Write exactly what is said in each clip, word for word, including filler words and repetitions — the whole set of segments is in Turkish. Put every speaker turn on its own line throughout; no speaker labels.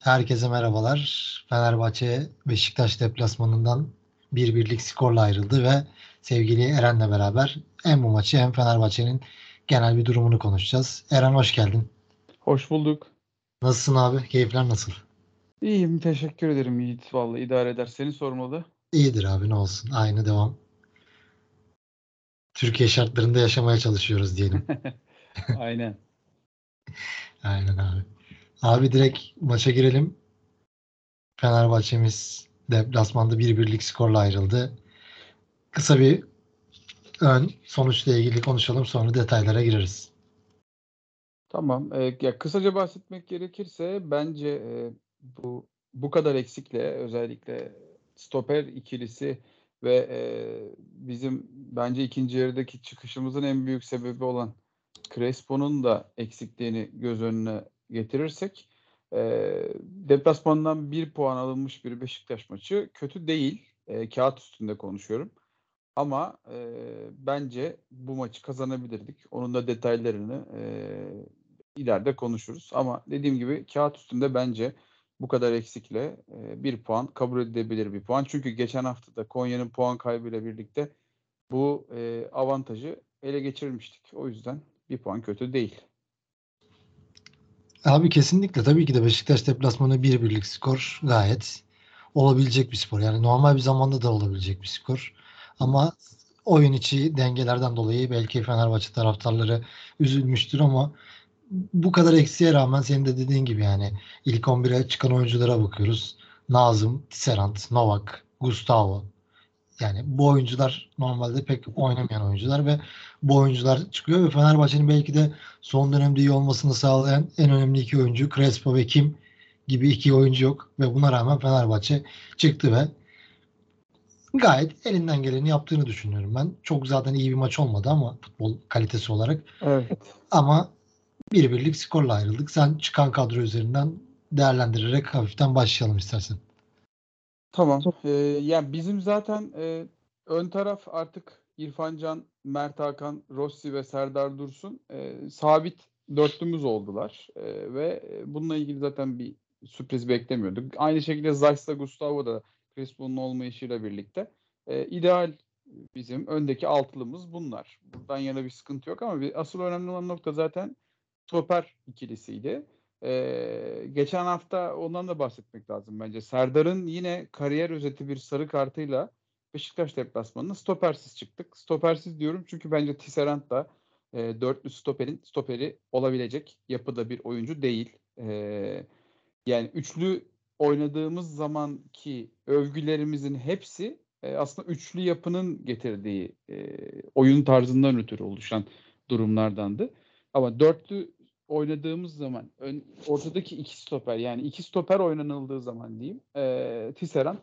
Herkese merhabalar. Fenerbahçe Beşiktaş deplasmanından bir birlik skorla ayrıldı ve sevgili Eren'le beraber hem bu maçı hem Fenerbahçe'nin genel bir durumunu konuşacağız. Eren hoş geldin.
Hoş bulduk.
Nasılsın abi? Keyifler nasıl?
İyiyim, teşekkür ederim Yiğit. Vallahi idare eder. Seni sormalı.
İyidir abi ne olsun. Aynı devam. Türkiye şartlarında yaşamaya çalışıyoruz diyelim.
Aynen.
Aynen abi. Abi direkt maça girelim. Fenerbahçe'miz deplasmanda bir birlik skorla ayrıldı. Kısa bir ön sonuçla ilgili konuşalım sonra detaylara gireriz.
Tamam. Ee, ya kısaca bahsetmek gerekirse bence e, bu bu kadar eksikle özellikle stoper ikilisi ve e, bizim bence ikinci yarıdaki çıkışımızın en büyük sebebi olan Crespo'nun da eksikliğini göz önüne getirirsek e, deplasmandan bir puan alınmış bir Beşiktaş maçı kötü değil. E, kağıt üstünde konuşuyorum. Ama e, bence bu maçı kazanabilirdik. Onun da detaylarını e, ileride konuşuruz. Ama dediğim gibi kağıt üstünde bence bu kadar eksikle e, bir puan kabul edilebilir bir puan. Çünkü geçen hafta da Konya'nın puan kaybıyla birlikte bu e, avantajı ele geçirmiştik. O yüzden bir puan kötü değil.
Abi kesinlikle tabii ki de Beşiktaş deplasmanı bir birlik skor gayet olabilecek bir skor. Yani normal bir zamanda da olabilecek bir skor. Ama oyun içi dengelerden dolayı belki Fenerbahçe taraftarları üzülmüştür ama bu kadar eksiğe rağmen senin de dediğin gibi yani ilk on bire çıkan oyunculara bakıyoruz. Nazım, Tisserand, Novak, Gustavo. Yani bu oyuncular normalde pek oynamayan oyuncular ve bu oyuncular çıkıyor ve Fenerbahçe'nin belki de son dönemde iyi olmasını sağlayan en önemli iki oyuncu Crespo ve Kim gibi iki oyuncu yok ve buna rağmen Fenerbahçe çıktı ve gayet elinden geleni yaptığını düşünüyorum ben. Çok zaten iyi bir maç olmadı ama futbol kalitesi olarak
Evet.
ama bir birlik skorla ayrıldık. Sen çıkan kadro üzerinden değerlendirerek hafiften başlayalım istersen.
Tamam. Ee, yani bizim zaten e, ön taraf artık İrfan Can, Mert Hakan, Rossi ve Serdar Dursun e, sabit dörtlümüz oldular. E, ve bununla ilgili zaten bir sürpriz beklemiyorduk. Aynı şekilde Zayt'la Gustavo da Crespo'nun olmayışıyla birlikte e, ideal bizim öndeki altılımız bunlar. Buradan yana bir sıkıntı yok ama bir, asıl önemli olan nokta zaten stoper ikilisiydi. Ee, geçen hafta ondan da bahsetmek lazım bence. Serdar'ın yine kariyer özeti bir sarı kartıyla Beşiktaş deplasmanına stopersiz çıktık. Stopersiz diyorum çünkü bence Tisserand da e, dörtlü stoperin stoperi olabilecek yapıda bir oyuncu değil. E, yani üçlü oynadığımız zamanki övgülerimizin hepsi e, aslında üçlü yapının getirdiği e, oyun tarzından ötürü oluşan durumlardandı. Ama dörtlü oynadığımız zaman ön, ortadaki iki stoper yani iki stoper oynanıldığı zaman diyeyim e, Tisserand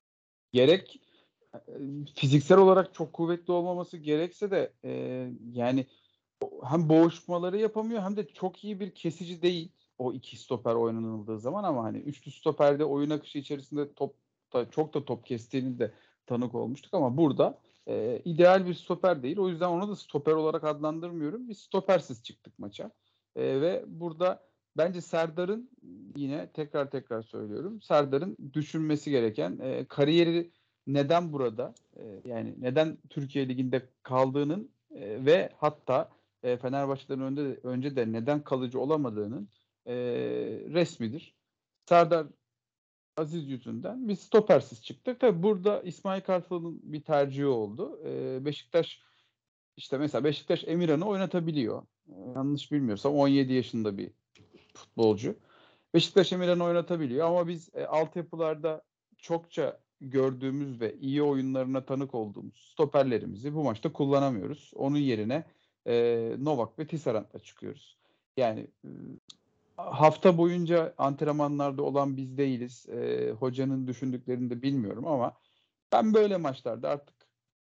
gerek e, fiziksel olarak çok kuvvetli olmaması gerekse de e, yani hem boğuşmaları yapamıyor hem de çok iyi bir kesici değil o iki stoper oynanıldığı zaman ama hani üçlü stoperde oyun akışı içerisinde top da çok da top kestiğini de tanık olmuştuk ama burada e, ideal bir stoper değil. O yüzden onu da stoper olarak adlandırmıyorum. Biz stopersiz çıktık maça. E, ve burada bence Serdar'ın yine tekrar tekrar söylüyorum. Serdar'ın düşünmesi gereken e, kariyeri neden burada? E, yani neden Türkiye Ligi'nde kaldığının e, ve hatta e, Fenerbahçe'den önce de, önce de neden kalıcı olamadığının e, resmidir. Serdar Aziz yüzünden biz stopersiz çıktık. Tabii burada İsmail Kartal'ın bir tercihi oldu. E, Beşiktaş işte mesela Beşiktaş Emirhan'ı oynatabiliyor. E, yanlış bilmiyorsam on yedi yaşında bir futbolcu. Beşiktaş Emirhan'ı oynatabiliyor ama biz e, altyapılarda çokça gördüğümüz ve iyi oyunlarına tanık olduğumuz stoperlerimizi bu maçta kullanamıyoruz. Onun yerine e, Novak ve Tisserand'la çıkıyoruz. Yani e, hafta boyunca antrenmanlarda olan biz değiliz. E, hocanın düşündüklerini de bilmiyorum ama ben böyle maçlarda artık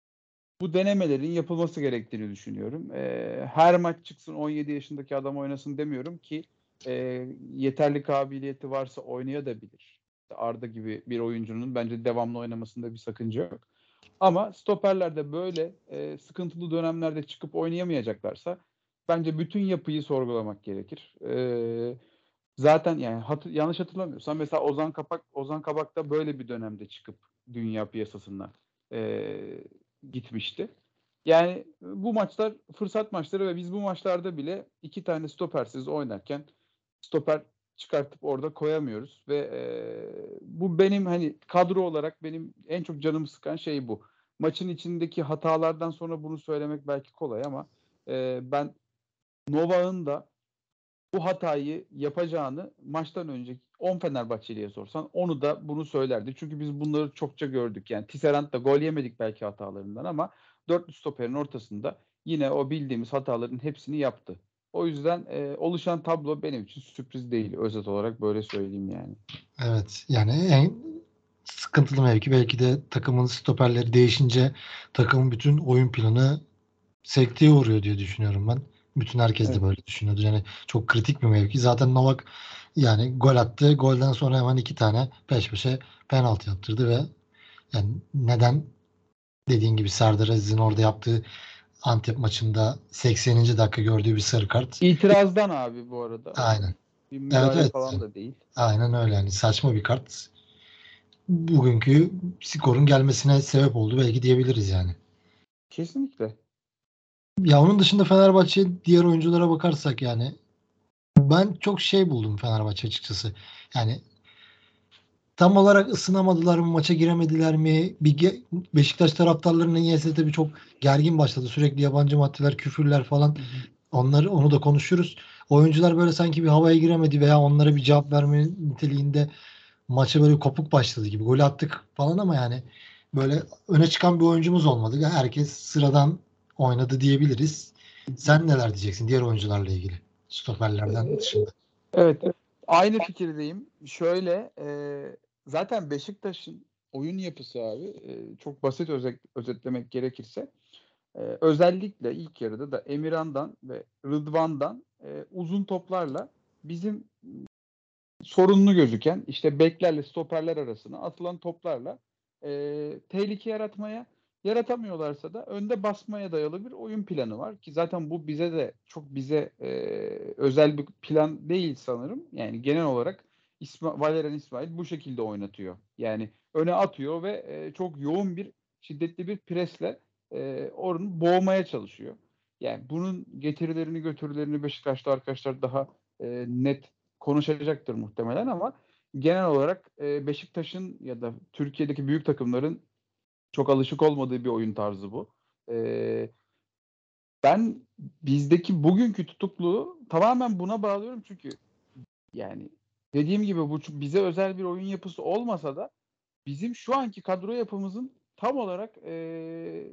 bu denemelerin yapılması gerektiğini düşünüyorum. E, her maç çıksın on yedi yaşındaki adam oynasın demiyorum ki e, yeterli kabiliyeti varsa oynayabilir. Arda gibi bir oyuncunun bence devamlı oynamasında bir sakınca yok. Ama stoperlerde böyle e, sıkıntılı dönemlerde çıkıp oynayamayacaklarsa bence bütün yapıyı sorgulamak gerekir. E, Zaten yani hatı, yanlış hatırlamıyorsam mesela Ozan Kabak Ozan Kabak da böyle bir dönemde çıkıp dünya piyasasına e, gitmişti. Yani bu maçlar fırsat maçları ve biz bu maçlarda bile iki tane stopersiz oynarken stoper çıkartıp orada koyamıyoruz ve e, bu benim hani kadro olarak benim en çok canımı sıkan şey bu. Maçın içindeki hatalardan sonra bunu söylemek belki kolay ama e, ben Novak'ın da bu hatayı yapacağını maçtan önce on Fenerbahçeli'ye sorsan onu da bunu söylerdi. Çünkü biz bunları çokça gördük. Yani Tisserand da gol yemedik belki hatalarından ama dörtlü stoperin ortasında yine o bildiğimiz hataların hepsini yaptı. O yüzden e, oluşan tablo benim için sürpriz değil. Özet olarak böyle söyleyeyim yani.
Evet. Yani en sıkıntılı mevki belki de takımın stoperleri değişince takımın bütün oyun planı sekteye uğruyor diye düşünüyorum ben. Bütün herkes de
Evet.
böyle düşünüyordu. Yani çok kritik bir mevki. Zaten Novak yani gol attı. Golden sonra hemen iki tane peş peşe penaltı yaptırdı ve yani neden dediğin gibi Serdar Aziz'in orada yaptığı Antep maçında sekseninci dakika gördüğü bir sarı kart.
İtirazdan abi bu arada o.
Aynen.
Bir
Evet
müdahale
evet.
falan da değil.
Aynen öyle. Yani saçma bir kart. Bugünkü skorun gelmesine sebep oldu belki diyebiliriz yani.
Kesinlikle.
Ya onun dışında Fenerbahçe diğer oyunculara bakarsak yani ben çok şey buldum Fenerbahçe açıkçası. Yani tam olarak ısınamadılar mı, maça giremediler mi? Bir ge- Beşiktaş taraftarlarının niyeyse tabii çok gergin başladı. Sürekli yabancı maddeler, küfürler falan.
Hı hı.
Onları onu da konuşuruz. Oyuncular böyle sanki bir havaya giremedi veya onlara bir cevap verme niteliğinde maça böyle kopuk başladı gibi. Golü attık falan ama yani böyle öne çıkan bir oyuncumuz olmadı. Herkes sıradan oynadı diyebiliriz.
Hı hı.
Sen neler diyeceksin diğer oyuncularla ilgili? Stoperlerden dışında.
Evet, aynı fikirdeyim. Şöyle, e, zaten Beşiktaş'ın oyun yapısı abi e, çok basit özet, özetlemek gerekirse e, özellikle ilk yarıda da Emirhan'dan ve Rıdvan'dan e, uzun toplarla bizim sorunlu gözüken işte beklerle stoperler arasına atılan toplarla e, tehlike yaratmaya yaratamıyorlarsa da önde basmaya dayalı bir oyun planı var ki zaten bu bize de çok bize e, özel bir plan değil sanırım. Yani genel olarak İsma, Valerian İsmail bu şekilde oynatıyor. Yani öne atıyor ve e, çok yoğun bir şiddetli bir presle e, onu boğmaya çalışıyor. Yani bunun getirilerini götürülerini Beşiktaş'ta arkadaşlar daha e, net konuşacaktır muhtemelen ama genel olarak e, Beşiktaş'ın ya da Türkiye'deki büyük takımların çok alışık olmadığı bir oyun tarzı bu. E, ben bizdeki bugünkü tutukluğu tamamen buna bağlıyorum çünkü yani dediğim gibi bu bize özel bir oyun yapısı olmasa da bizim şu anki kadro yapımızın tam olarak e,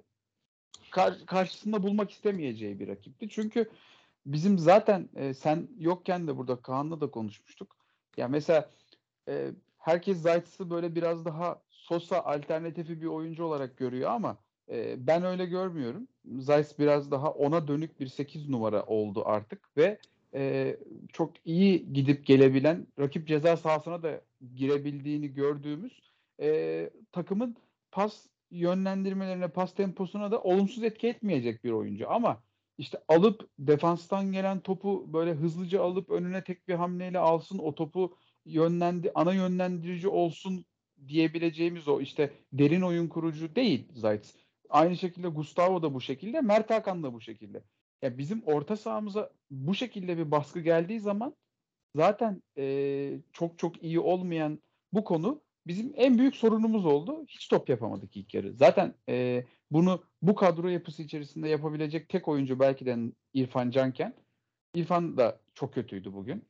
kar- karşısında bulmak istemeyeceği bir rakipti. Çünkü bizim zaten e, sen yokken de burada Kaan'la da konuşmuştuk. Ya mesela e, herkes Zayt'sı böyle biraz daha Sosa alternatifi bir oyuncu olarak görüyor ama e, ben öyle görmüyorum. Zayt biraz daha ona dönük bir sekiz numara oldu artık ve e, çok iyi gidip gelebilen, rakip ceza sahasına da girebildiğini gördüğümüz e, takımın pas yönlendirmelerine, pas temposuna da olumsuz etki etmeyecek bir oyuncu. Ama işte alıp defanstan gelen topu böyle hızlıca alıp önüne tek bir hamleyle alsın, o topu yönlendi ana yönlendirici olsun diyebileceğimiz o işte derin oyun kurucu değil Zayt. Aynı şekilde Gustavo da bu şekilde, Mert Hakan da bu şekilde. Ya bizim orta sahamıza bu şekilde bir baskı geldiği zaman zaten e, çok çok iyi olmayan bu konu bizim en büyük sorunumuz oldu. Hiç top yapamadık ilk yarı. Zaten e, bunu bu kadro yapısı içerisinde yapabilecek tek oyuncu belki de İrfan Canken. İrfan da çok kötüydü bugün.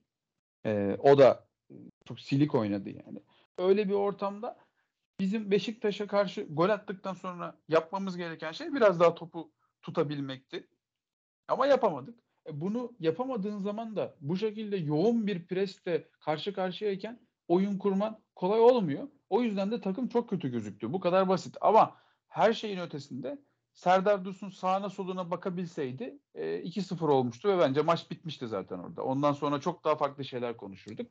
E, o da çok silik oynadı yani. Öyle bir ortamda bizim Beşiktaş'a karşı gol attıktan sonra yapmamız gereken şey biraz daha topu tutabilmekti. Ama yapamadık. E bunu yapamadığın zaman da bu şekilde yoğun bir presle karşı karşıyayken oyun kurman kolay olmuyor. O yüzden de takım çok kötü gözüktü. Bu kadar basit. Ama her şeyin ötesinde Serdar Dursun sağına soluna bakabilseydi e, iki sıfır olmuştu ve bence maç bitmişti zaten orada. Ondan sonra çok daha farklı şeyler konuşurduk.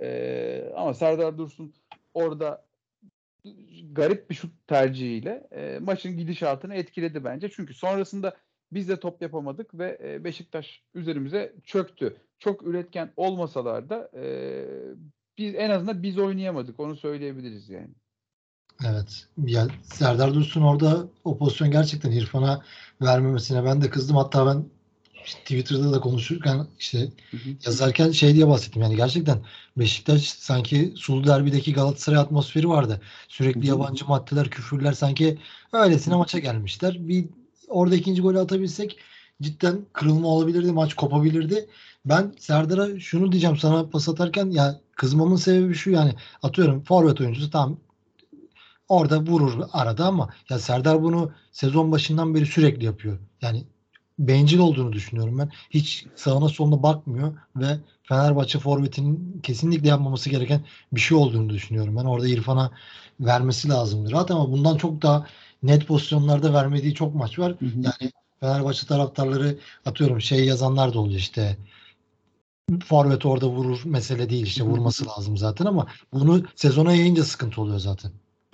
E, ama Serdar Dursun orada garip bir şut tercihiyle e, maçın gidişatını etkiledi bence. Çünkü sonrasında Biz de top yapamadık ve e, Beşiktaş üzerimize çöktü. Çok üretken olmasalar da e, biz en azından biz oynayamadık. Onu söyleyebiliriz yani.
Evet. Ya Serdar Dursun orada o pozisyon gerçekten İrfan'a vermemesine ben de kızdım. Hatta ben işte Twitter'da da konuşurken işte
Hı hı.
yazarken şey diye bahsettim. Yani gerçekten Beşiktaş sanki Sulu Derbi'deki Galatasaray atmosferi vardı.
Hı
Sürekli
hı.
yabancı maddeler, küfürler sanki öylesine maça gelmişler. Bir orada ikinci golü atabilsek cidden kırılma olabilirdi. Maç kopabilirdi. Ben Serdar'a şunu diyeceğim sana pas atarken ya kızmamın sebebi şu yani atıyorum forvet oyuncusu tam orada vurur arada ama ya Serdar bunu sezon başından beri sürekli yapıyor. Yani bencil olduğunu düşünüyorum ben. Hiç sağına soluna bakmıyor ve Fenerbahçe forvetinin kesinlikle yapmaması gereken bir şey olduğunu düşünüyorum. Ben orada İrfan'a vermesi lazımdır. Zaten ama bundan çok daha net pozisyonlarda vermediği çok maç var.
Hı hı.
Yani Fenerbahçe taraftarları atıyorum şey yazanlar da oluyor işte forvet orada vurur mesele değil
Hı
işte
hı.
vurması lazım zaten ama bunu sezona yayınca sıkıntı oluyor zaten.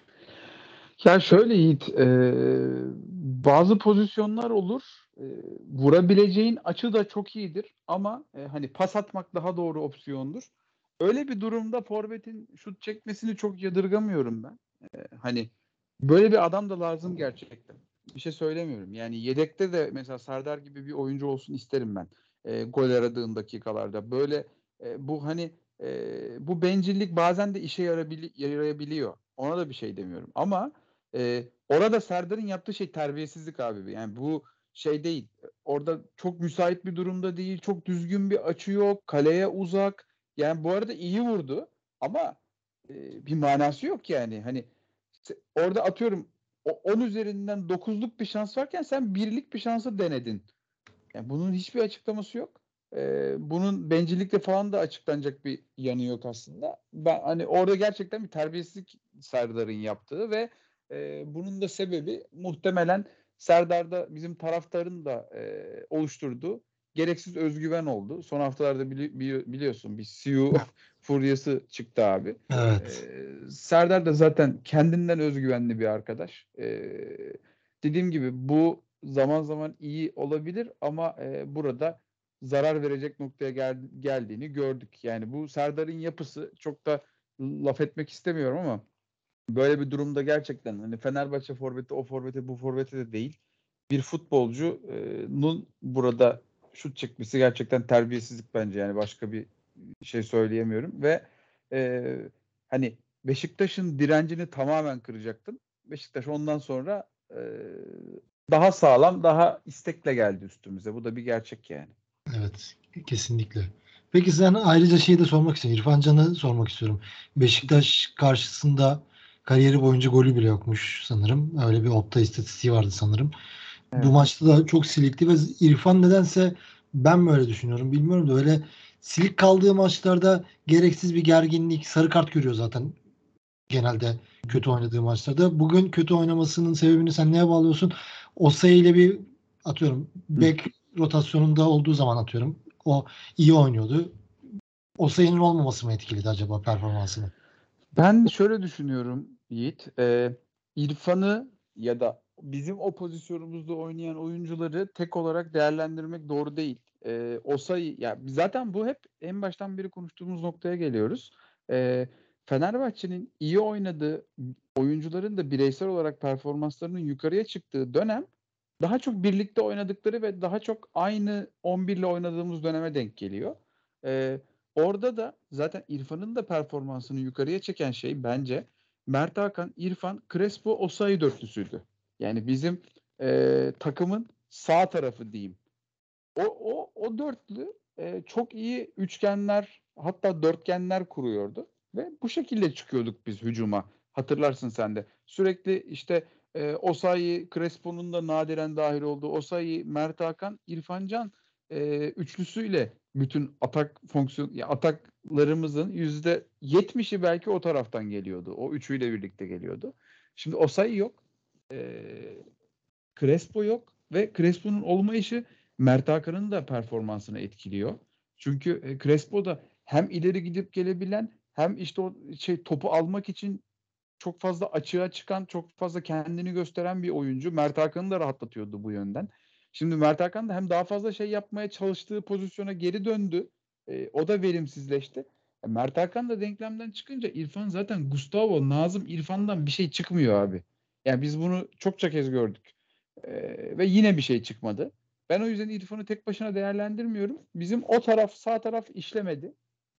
Ya şöyle Yiğit, e, bazı pozisyonlar olur. E, vurabileceğin açı da çok iyidir ama e, hani pas atmak daha doğru opsiyondur. Öyle bir durumda forvetin şut çekmesini çok yadırgamıyorum ben. E, hani böyle bir adam da lazım gerçekten. Bir şey söylemiyorum. Yani yedekte de mesela Serdar gibi bir oyuncu olsun isterim ben. E, gol aradığım dakikalarda. Böyle e, bu hani e, bu bencillik bazen de işe yarabili- yarayabiliyor. Ona da bir şey demiyorum. Ama ee, orada Serdar'ın yaptığı şey terbiyesizlik abi. Yani bu şey değil. Orada çok müsait bir durumda değil. Çok düzgün bir açı yok. Kaleye uzak. Yani bu arada iyi vurdu. Ama e, bir manası yok yani. Hani se- orada atıyorum o on üzerinden dokuzluk bir şans varken sen birlik bir şansı denedin. Yani bunun hiçbir açıklaması yok. Ee, bunun bencillikle falan da açıklanacak bir yanı yok aslında. Ben hani orada gerçekten bir terbiyesizlik Serdar'ın yaptığı ve e, bunun da sebebi muhtemelen Serdar'da bizim taraftarın da e, oluşturduğu gereksiz özgüven oldu. Son haftalarda bili- bili- biliyorsun bir C E O furyası çıktı abi.
Evet.
Ee, Serdar da zaten kendinden özgüvenli bir arkadaş. Ee, dediğim gibi bu zaman zaman iyi olabilir ama e, burada zarar verecek noktaya gel, geldiğini gördük. Yani bu Serdar'ın yapısı çok da laf etmek istemiyorum ama böyle bir durumda gerçekten hani Fenerbahçe forveti o forvete bu forvete de değil bir futbolcunun burada şut çekmesi gerçekten terbiyesizlik bence yani başka bir şey söyleyemiyorum ve e, hani Beşiktaş'ın direncini tamamen kıracaktın. Beşiktaş ondan sonra e, daha sağlam, daha istekle geldi üstümüze. Bu da bir gerçek yani.
Evet, kesinlikle. Peki sen ayrıca şeyi de sormak istiyorum. İrfan Can'ı sormak istiyorum. Beşiktaş karşısında kariyeri boyunca golü bile yokmuş sanırım. Öyle bir Opta istatistiği vardı sanırım. Bu
Evet.
maçta da çok silikti ve İrfan nedense ben mi öyle düşünüyorum bilmiyorum da öyle silik kaldığı maçlarda gereksiz bir gerginlik, sarı kart görüyor zaten genelde kötü oynadığı maçlarda. Bugün kötü oynamasının sebebini sen neye bağlıyorsun? Osayi ile bir atıyorum bek rotasyonunda olduğu zaman atıyorum. O iyi oynuyordu. Osayi'nin olmaması mı etkiledi acaba performansını?
Ben şöyle düşünüyorum Yiğit. E, İrfan'ı ya da bizim o pozisyonumuzda oynayan oyuncuları tek olarak değerlendirmek doğru değil. E, Osayi ya zaten bu hep en baştan beri konuştuğumuz noktaya geliyoruz. E, Fenerbahçe'nin iyi oynadığı oyuncuların da bireysel olarak performanslarının yukarıya çıktığı dönem daha çok birlikte oynadıkları ve daha çok aynı on bir ile oynadığımız döneme denk geliyor. E, Orada da zaten İrfan'ın da performansını yukarıya çeken şey bence Mert Hakan, İrfan, Crespo, Osayi dörtlüsüydü. Yani bizim e, takımın sağ tarafı diyeyim. O, o, o dörtlü e, çok iyi üçgenler hatta dörtgenler kuruyordu. Ve bu şekilde çıkıyorduk biz hücuma. Hatırlarsın sen de. Sürekli işte e, Osayi, Crespo'nun da nadiren dahil olduğu Osayi, Mert Hakan, İrfan Can e, üçlüsüyle bütün atak fonksiyon ya ataklarımızın yüzde yetmişi belki o taraftan geliyordu. O üçüyle birlikte geliyordu. Şimdi Osayi yok. E, Crespo yok ve Crespo'nun olmayışı Mert Hakan'ın da performansını etkiliyor. Çünkü e, Crespo da hem ileri gidip gelebilen hem işte o şey topu almak için çok fazla açığa çıkan, çok fazla kendini gösteren bir oyuncu. Mert Hakan'ı da rahatlatıyordu bu yönden. Şimdi Mert Hakan da hem daha fazla şey yapmaya çalıştığı pozisyona geri döndü. E, o da verimsizleşti. E, Mert Hakan da denklemden çıkınca İrfan zaten Gustavo, Nazım, İrfan'dan bir şey çıkmıyor abi. Yani biz bunu çokça kez gördük. E, ve yine bir şey çıkmadı. Ben o yüzden İrfan'ı tek başına değerlendirmiyorum. Bizim o taraf, sağ taraf işlemedi.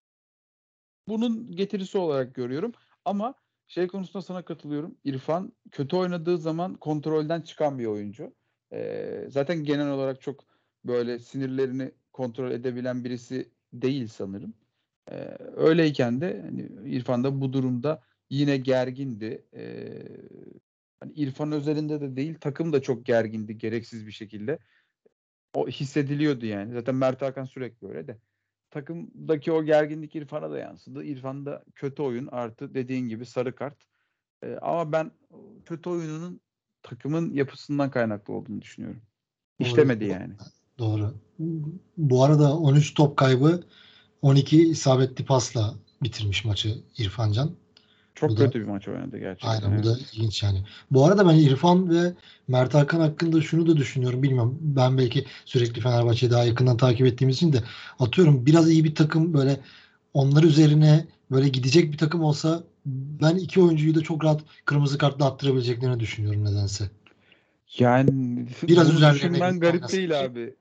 Bunun getirisi olarak görüyorum. Ama şey konusunda sana katılıyorum. İrfan kötü oynadığı zaman kontrolden çıkan bir oyuncu. Ee, zaten genel olarak çok böyle sinirlerini kontrol edebilen birisi değil sanırım. Ee, öyleyken de hani İrfan da bu durumda yine gergindi. Ee, hani İrfan özelinde de değil, takım da çok gergindi gereksiz bir şekilde. O hissediliyordu yani. Zaten Mert Hakan sürekli öyle de. Takımdaki o gerginlik İrfan'a da yansıdı. İrfan'da kötü oyun artı dediğin gibi sarı kart. Ee, ama ben kötü oyununun takımın yapısından kaynaklı olduğunu düşünüyorum.
Doğru.
İşlemedi yani.
Doğru. Bu arada on üç top kaybı, on iki isabetli pasla bitirmiş maçı İrfan Can.
Çok
Bu da
kötü bir maç oynadı gerçekten.
aynen, bu
Evet.
da ilginç yani. Bu arada ben İrfan ve Mert Hakan hakkında şunu da düşünüyorum. Bilmiyorum. Ben belki sürekli Fenerbahçe'yi daha yakından takip ettiğimiz için de atıyorum, biraz iyi bir takım, böyle onlar üzerine böyle gidecek bir takım olsa ben iki oyuncuyu da çok rahat kırmızı kartla attırabileceklerini düşünüyorum nedense.
Yani
Biraz
bunu
üzerlerine
düşünmen
gidip
garip
oynasa.
değil abi.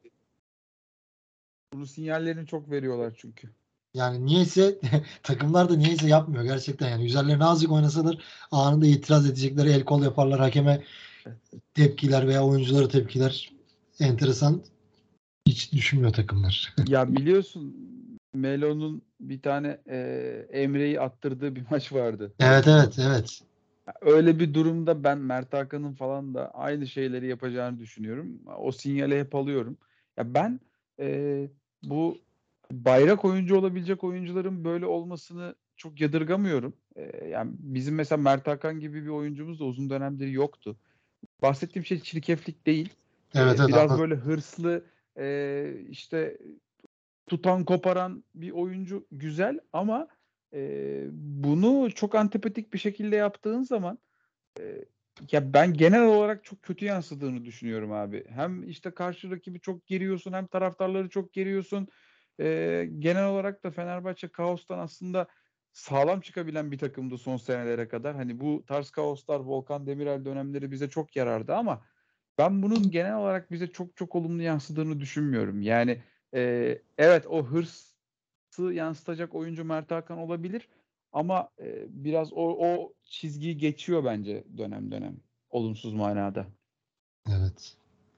Bunu sinyallerini çok veriyorlar çünkü.
Yani niyeyse takımlar da niyeyse yapmıyor gerçekten, yani üzerlerine azıcık oynasalar anında itiraz edecekleri, el kol yaparlar, hakeme tepkiler veya oyunculara tepkiler, enteresan, hiç düşünmüyor takımlar.
Ya biliyorsun Melo'nun bir tane e, Emre'yi attırdığı bir maç vardı.
Evet, evet, evet.
Öyle bir durumda ben Mert Hakan'ın falan da aynı şeyleri yapacağını düşünüyorum. O sinyali hep alıyorum. Ya ben e, bu bayrak oyuncu olabilecek oyuncuların böyle olmasını çok yadırgamıyorum. E, yani bizim mesela Mert Hakan gibi bir oyuncumuz da uzun dönemdir yoktu. Bahsettiğim şey çirkeflik değil.
Evet,
E,
evet,
biraz
anladım.
böyle hırslı, e, işte tutan koparan bir oyuncu güzel ama e, bunu çok antipatik bir şekilde yaptığın zaman e, ya ben genel olarak çok kötü yansıdığını düşünüyorum abi. Hem işte karşı rakibi çok geriyorsun, hem taraftarları çok geriyorsun. E, genel olarak da Fenerbahçe kaostan aslında sağlam çıkabilen bir takımdı son senelere kadar. Hani bu tarz kaoslar, Volkan Demirel dönemleri bize çok yarardı ama ben bunun genel olarak bize çok çok olumlu yansıdığını düşünmüyorum. Yani e, evet, o hırsı yansıtacak oyuncu Mert Hakan olabilir ama e, biraz o, o çizgiyi geçiyor bence dönem dönem olumsuz manada.
Evet.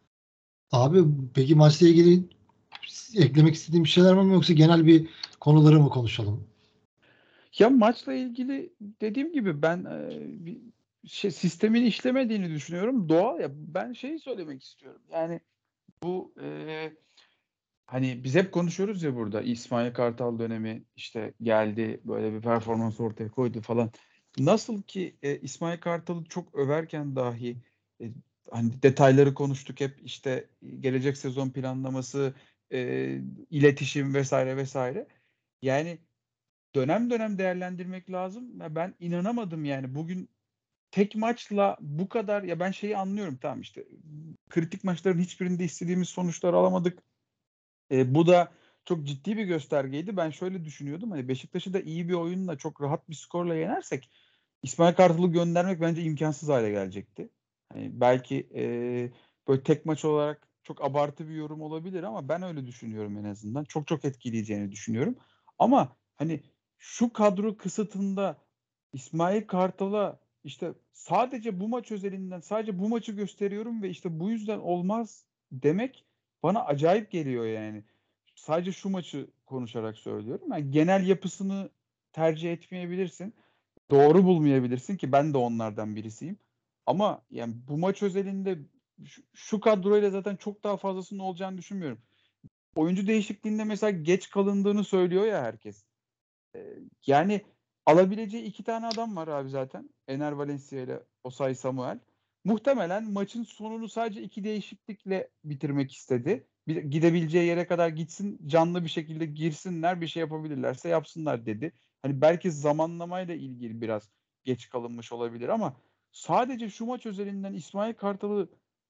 Abi, peki maçla ilgili eklemek istediğim bir şeyler var mı, yoksa genel bir konuları mı konuşalım?
Ya maçla ilgili dediğim gibi ben e, bir şey, sistemin işlemediğini düşünüyorum. Doğal ya, ben şeyi söylemek istiyorum. Yani bu e, hani biz hep konuşuyoruz ya burada, İsmail Kartal dönemi işte geldi, böyle bir performans ortaya koydu falan. Nasıl ki e, İsmail Kartal'ı çok överken dahi e, hani detayları konuştuk hep, işte gelecek sezon planlaması, e, iletişim vesaire vesaire. Yani dönem dönem değerlendirmek lazım. Ya ben inanamadım yani bugün tek maçla bu kadar, ya ben şeyi anlıyorum, tamam işte kritik maçların hiçbirinde istediğimiz sonuçları alamadık. E, bu da çok ciddi bir göstergeydi. Ben şöyle düşünüyordum. Hani Beşiktaş'ı da iyi bir oyunla, çok rahat bir skorla yenersek İsmail Kartal'ı göndermek bence imkansız hale gelecekti. Hani belki e, böyle tek maç olarak çok abartı bir yorum olabilir ama ben öyle düşünüyorum en azından. Çok çok etkileyeceğini düşünüyorum. Ama hani şu kadro kısıtında İsmail Kartal'a işte sadece bu maç özelinden sadece bu maçı gösteriyorum ve işte bu yüzden olmaz demek bana acayip geliyor yani. Sadece şu maçı konuşarak söylüyorum. Yani genel yapısını tercih etmeyebilirsin. Doğru bulmayabilirsin ki ben de onlardan birisiyim. Ama yani bu maç özelinde şu, şu kadroyla zaten çok daha fazlasının olacağını düşünmüyorum. Oyuncu değişikliğinde mesela geç kalındığını söylüyor ya herkes. Ee, yani alabileceği iki tane adam var abi zaten. Ener Valencia ile Osay Samuel. Muhtemelen maçın sonunu sadece iki değişiklikle bitirmek istedi. Bir, gidebileceği yere kadar gitsin, canlı bir şekilde girsinler, bir şey yapabilirlerse yapsınlar dedi. Hani belki zamanlamayla ilgili biraz geç kalınmış olabilir ama sadece şu maç özelinden İsmail Kartal'ı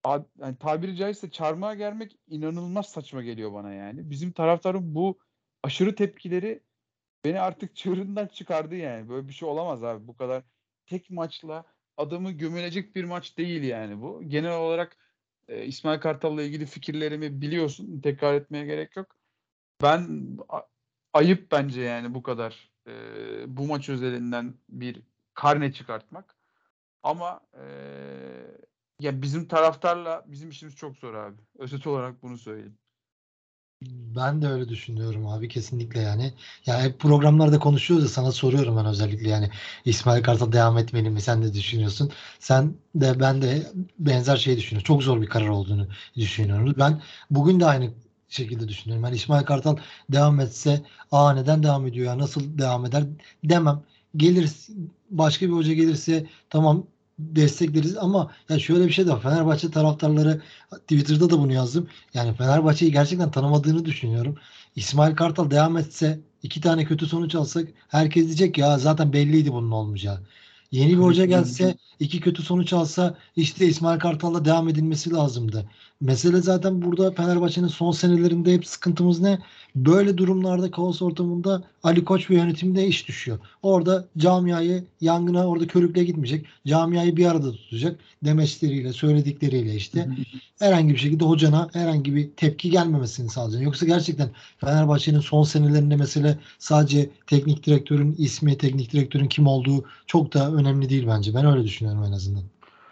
Abi, yani tabiri caizse çarmıha germek inanılmaz saçma geliyor bana yani. Bizim taraftarın bu aşırı tepkileri beni artık çığırından çıkardı yani. Böyle bir şey olamaz abi. Bu kadar tek maçla adamı gömülecek bir maç değil yani bu. Genel olarak e, İsmail Kartal'la ilgili fikirlerimi biliyorsun. Tekrar etmeye gerek yok. Ben a- ayıp bence yani bu kadar e, bu maç özelinden bir karne çıkartmak. Ama e, ya bizim taraftarla bizim işimiz çok zor abi. Özet olarak bunu söyleyeyim.
Ben de öyle düşünüyorum abi, kesinlikle yani. Ya hep programlarda konuşuyoruz ya, sana soruyorum ben özellikle yani, İsmail Kartal devam etmeli mi? Sen ne düşünüyorsun? Sen de ben de benzer şeyi düşünüyoruz. Çok zor bir karar olduğunu düşünüyoruz. Ben bugün de aynı şekilde düşünüyorum. Yani İsmail Kartal devam etse, aa neden devam ediyor ya, nasıl devam eder demem. Gelir, başka bir hoca gelirse tamam, destekleriz ama ya şöyle bir şey de var. Fenerbahçe taraftarları, Twitter'da da bunu yazdım. Yani Fenerbahçe'yi gerçekten tanımadığını düşünüyorum. İsmail Kartal devam etse, iki tane kötü sonuç alsak, herkes diyecek ya zaten belliydi bunun olmayacağı. Yeni bir
Tabii
hoca
ki de.
gelse, iki kötü sonuç alsa, işte İsmail Kartal'la devam edilmesi lazımdı. Mesele zaten burada, Fenerbahçe'nin son senelerinde hep sıkıntımız ne? Böyle durumlarda, kaos ortamında Ali Koç ve yönetimde iş düşüyor. Orada camiayı yangına, orada körükle gitmeyecek. Camiayı bir arada tutacak. Demeçleriyle, söyledikleriyle işte herhangi bir şekilde hocana herhangi bir tepki gelmemesini sağlayacak. Yoksa gerçekten Fenerbahçe'nin son senelerinde mesele sadece teknik direktörün ismi, teknik direktörün kim olduğu çok da önemli değil bence. Ben öyle düşünüyorum en azından.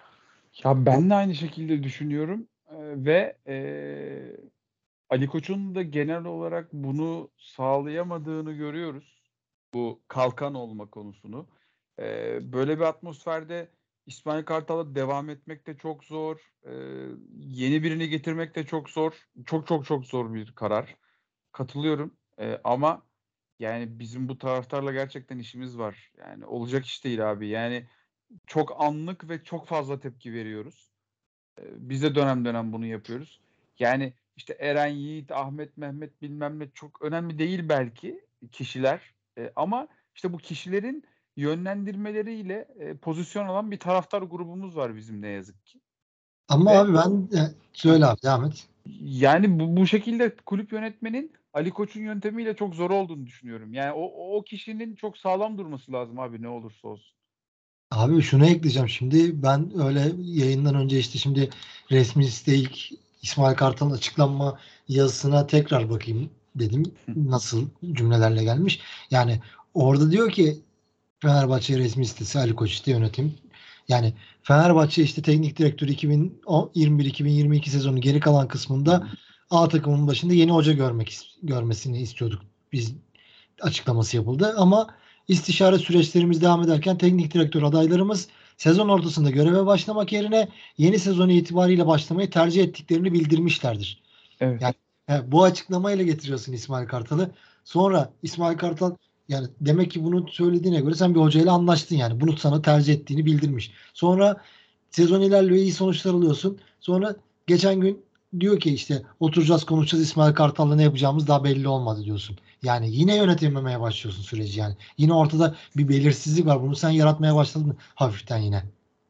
Ya ben de aynı şekilde düşünüyorum. Ee, ve eee, Ali Koç'un da genel olarak bunu sağlayamadığını görüyoruz. Bu kalkan olma konusunu. Eee, böyle bir atmosferde İsmail Kartal'a devam etmek de çok zor. Eee, yeni birini getirmek de çok zor. Çok çok çok zor bir karar. Katılıyorum. Eee, ama yani bizim bu taraftarla gerçekten işimiz var. Yani olacak iş değil abi. Yani çok anlık ve çok fazla tepki veriyoruz. Eee, biz de dönem dönem bunu yapıyoruz. Yani, işte, Eren Yiğit, Ahmet, Mehmet bilmem ne çok önemli değil belki kişiler, eee, ama, işte, bu kişilerin yönlendirmeleriyle, eee, pozisyon alan bir taraftar grubumuz var bizim ne yazık ki
Ama
ve
abi ben e,
Heh,
söyle abi, devam et.
yani, bu bu şekilde kulüp yönetmenin Ali Koç'un yöntemiyle çok zor olduğunu düşünüyorum. Yani, o o kişinin çok sağlam durması lazım abi ne olursa olsun.
Abi şunu ekleyeceğim şimdi. Ben öyle yayından önce işte şimdi resmi site ilk İsmail Kartal'ın açıklanma yazısına tekrar bakayım dedim. Nasıl cümlelerle gelmiş. Yani orada diyor ki, Fenerbahçe resmi sitesi, Ali Koç işte yönetim. Yani Fenerbahçe işte teknik direktörü iki bin yirmi bir-iki bin yirmi iki sezonu geri kalan kısmında A takımın başında yeni hoca görmek görmesini istiyorduk. Biz açıklaması yapıldı ama istişare süreçlerimiz devam ederken teknik direktör adaylarımız sezon ortasında göreve başlamak yerine yeni sezonu itibariyle başlamayı tercih ettiklerini bildirmişlerdir. Yani
Evet.
he, bu açıklamayla getiriyorsun İsmail Kartal'ı. Sonra İsmail Kartal, yani demek ki bunu söylediğine göre sen bir hocayla anlaştın yani. Bunu sana tercih ettiğini bildirmiş. Sonra sezon ilerliyor, iyi sonuçlar alıyorsun. Sonra geçen gün diyor ki işte oturacağız, konuşacağız, İsmail Kartal'la ne yapacağımız daha belli olmadı diyorsun. Yani yine yönetememeye başlıyorsun süreci yani. Yine ortada bir belirsizlik var. Bunu sen yaratmaya başladın hafiften yine.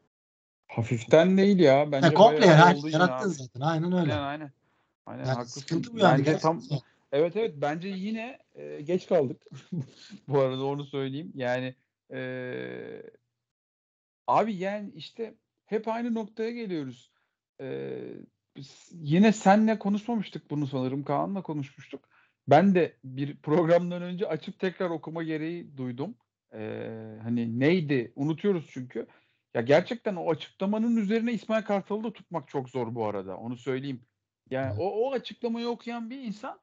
Hafiften değil ya.
Ya
Bence
komple
bayağı
yani
oldu yine
yarattın
abi.
zaten. Aynen öyle.
Aynen, aynen. Aynen
Yani
haklısın.
sıkıntı bu yani
Bence tam
gerçekten.
evet, evet, bence yine, eee, geç kaldık. Bu arada onu söyleyeyim. Yani, eee, abi, yani, işte, hep aynı noktaya geliyoruz. Eee, biz yine senle konuşmamıştık bunu sanırım, Kaan'la konuşmuştuk. Ben de bir programdan önce açıp tekrar okuma gereği duydum. Eee, hani, neydi? Unutuyoruz çünkü. Ya, gerçekten o açıklamanın üzerine İsmail Kartal'ı da tutmak çok zor bu arada, onu söyleyeyim. Yani o o açıklamayı okuyan bir insan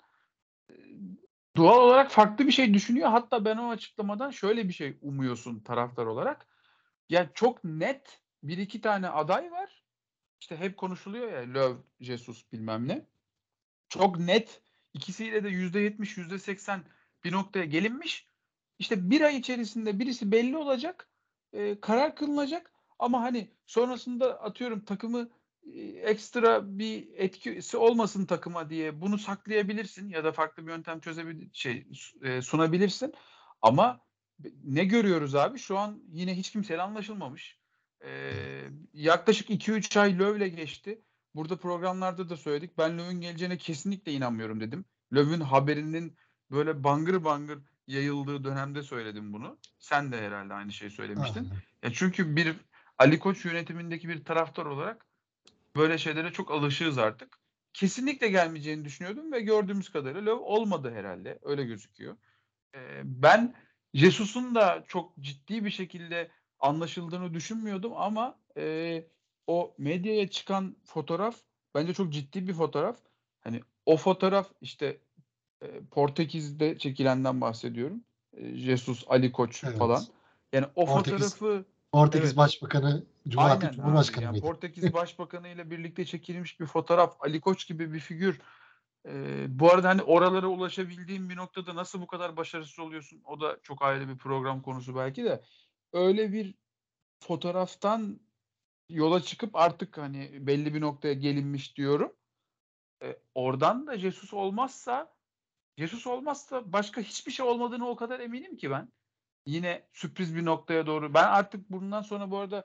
doğal olarak farklı bir şey düşünüyor. Hatta ben o açıklamadan şöyle bir şey umuyorsun taraftar olarak. Ya, çok net bir iki tane aday var. İşte hep konuşuluyor ya Löw, Jesus bilmem ne. Çok net ikisiyle de yüzde yetmiş yüzde seksen bir noktaya gelinmiş. İşte bir ay içerisinde birisi belli olacak, eee, karar kılınacak ama, hani, sonrasında atıyorum takımı, eee, ekstra bir etkisi olmasın takıma diye bunu saklayabilirsin ya da farklı bir yöntem çözebilir şey, su eee, sunabilirsin ama b ne görüyoruz abi? Şu an yine hiç kimseyle anlaşılmamış. Eee, yaklaşık iki üç ay Löw'le geçti. burada programlarda da söyledik. Ben Löw'ün geleceğine kesinlikle inanmıyorum dedim. Löw'ün haberinin böyle bangır bangır yayıldığı dönemde söyledim bunu. Sen de herhalde aynı şeyi söylemiştin.
Aynen.
Ya çünkü bir Ali Koç yönetimindeki bir taraftar olarak böyle şeylere çok alışığız artık. Kesinlikle gelmeyeceğini düşünüyordum ve gördüğümüz kadarıyla Löw olmadı herhalde. Öyle gözüküyor. Ee, ben Jesus'un da çok ciddi bir şekilde anlaşıldığını düşünmüyordum ama e, o medyaya çıkan fotoğraf bence çok ciddi bir fotoğraf. Hani o fotoğraf işte e, Portekiz'de çekilenden bahsediyorum. E, Jesus, Ali Koç falan.
Evet.
Yani o
Portekiz
fotoğrafı
Portekiz
evet.
Başbakanı Cumhur artık
Aynen abi.
Cumhurbaşkanı
Yani
mıydı?
Portekiz Başbakanı ile birlikte çekilmiş bir fotoğraf. Ali Koç gibi bir figür. Ee, bu arada hani oralara ulaşabildiğin bir noktada nasıl bu kadar başarısız oluyorsun? O da çok ayrı bir program konusu belki de. Öyle bir fotoğraftan yola çıkıp artık hani belli bir noktaya gelinmiş diyorum. Ee, oradan da Jesus olmazsa Jesus olmazsa başka hiçbir şey olmadığını o kadar eminim ki ben. Yine sürpriz bir noktaya doğru. Ben artık bundan sonra bu arada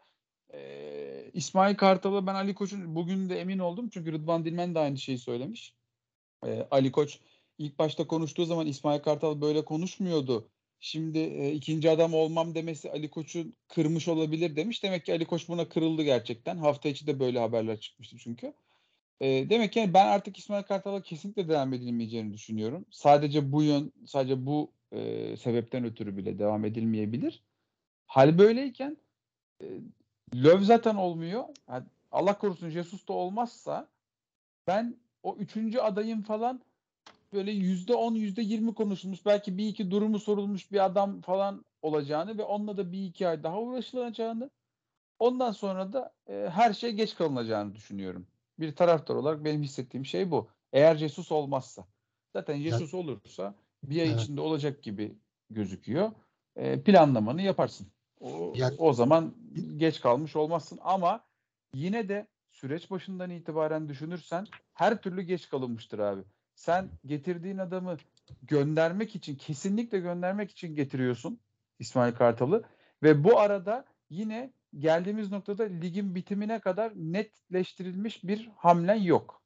e, İsmail Kartal'a ben Ali Koç'un bugün de emin oldum. Çünkü Rıdvan Dilmen de aynı şeyi söylemiş. E, Ali Koç ilk başta konuştuğu zaman İsmail Kartal böyle konuşmuyordu. Şimdi e, ikinci adam olmam demesi Ali Koç'u kırmış olabilir demiş. Demek ki Ali Koç buna kırıldı gerçekten. Hafta içi de böyle haberler çıkmıştı çünkü. E, demek ki yani ben artık İsmail Kartal'a kesinlikle devam edilmeyeceğini düşünüyorum. Sadece bu yön, sadece bu e, sebepten ötürü bile devam edilmeyebilir. Hal böyleyken e, Löw zaten olmuyor. Yani Allah korusun Jesus da olmazsa ben o üçüncü adayın falan böyle yüzde on, yüzde yirmi konuşulmuş, belki bir iki durumu sorulmuş bir adam falan olacağını ve onunla da bir iki ay daha uğraşılacağını, ondan sonra da e, her şey geç kalınacağını düşünüyorum. Bir taraftar olarak benim hissettiğim şey bu. Eğer Jesus olmazsa. Zaten
Ya,
Jesus olursa bir ay
evet.
içinde olacak gibi gözüküyor. E, planlamanı yaparsın. O,
Ya,
o zaman geç kalmış olmazsın ama yine de süreç başından itibaren düşünürsen her türlü geç kalınmıştır abi. Sen getirdiğin adamı göndermek için, kesinlikle göndermek için getiriyorsun İsmail Kartal'ı ve bu arada yine geldiğimiz noktada ligin bitimine kadar netleştirilmiş bir hamlen yok.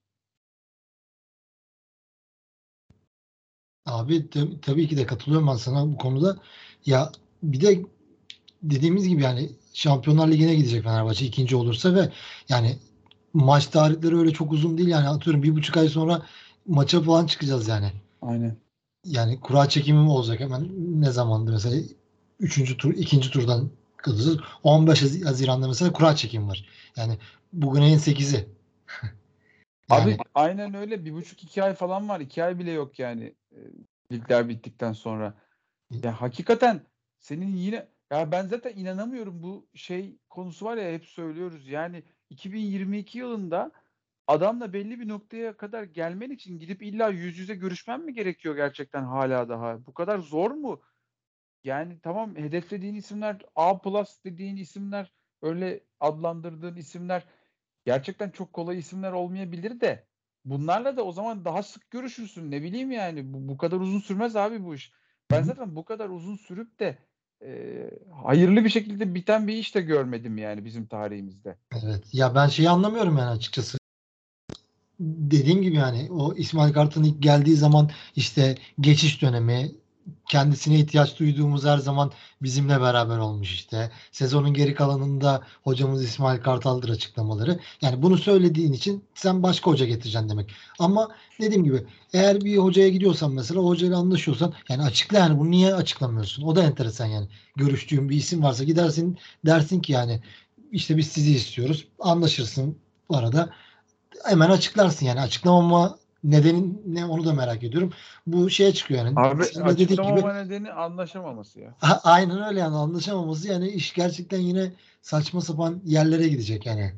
abi tab- tabii ki de katılıyorum ben sana bu konuda. Ya bir de dediğimiz gibi yani Şampiyonlar Ligi'ne gidecek Fenerbahçe ikinci olursa ve yani maç tarihleri öyle çok uzun değil yani atıyorum bir buçuk ay sonra maça falan çıkacağız yani.
Aynen.
Yani kura çekimi mi olacak hemen ne zamandı mesela üçüncü tur ikinci turdan kalacağız. on beş Haz- Haziran'da mesela kura çekimi var. Yani bugün ayın sekizi. Yani
Abi aynen öyle. Bir buçuk iki ay falan var. İki ay bile yok yani. E, ligler bittikten sonra. Ya hakikaten senin yine ya ben zaten inanamıyorum, bu şey konusu var ya, hep söylüyoruz. Yani iki bin yirmi iki yılında adamla belli bir noktaya kadar gelmen için gidip illa yüz yüze görüşmen mi gerekiyor gerçekten hala daha? Bu kadar zor mu? Yani tamam, hedeflediğin isimler A plus dediğin isimler, öyle adlandırdığın isimler gerçekten çok kolay isimler olmayabilir de bunlarla da o zaman daha sık görüşürsün. Ne bileyim yani bu, bu kadar uzun sürmez abi bu iş. Ben zaten bu kadar uzun sürüp de e, hayırlı bir şekilde biten bir iş de görmedim yani bizim tarihimizde.
evet ya ben şeyi anlamıyorum yani açıkçası. Dediğim gibi yani o İsmail Kartal'ın ilk geldiği zaman işte geçiş dönemi kendisine ihtiyaç duyduğumuz her zaman bizimle beraber olmuş işte. Sezonun geri kalanında hocamız İsmail Kartal'dır açıklamaları. Yani bunu söylediğin için sen başka hoca getireceksin demek. Ama dediğim gibi eğer bir hocaya gidiyorsan mesela o hocayla anlaşıyorsan yani açıkla yani bunu niye açıklamıyorsun? O da enteresan yani. Görüştüğün bir isim varsa gidersin dersin ki yani işte biz sizi istiyoruz. Anlaşırsın bu arada hemen açıklarsın yani açıklamama nedenin ne onu da merak ediyorum. Bu şeye çıkıyor yani
Abi
sen de dediğin gibi
açıklamama nedeni anlaşamaması ya.
a- aynen öyle yani anlaşamaması yani iş gerçekten yine saçma sapan yerlere gidecek yani.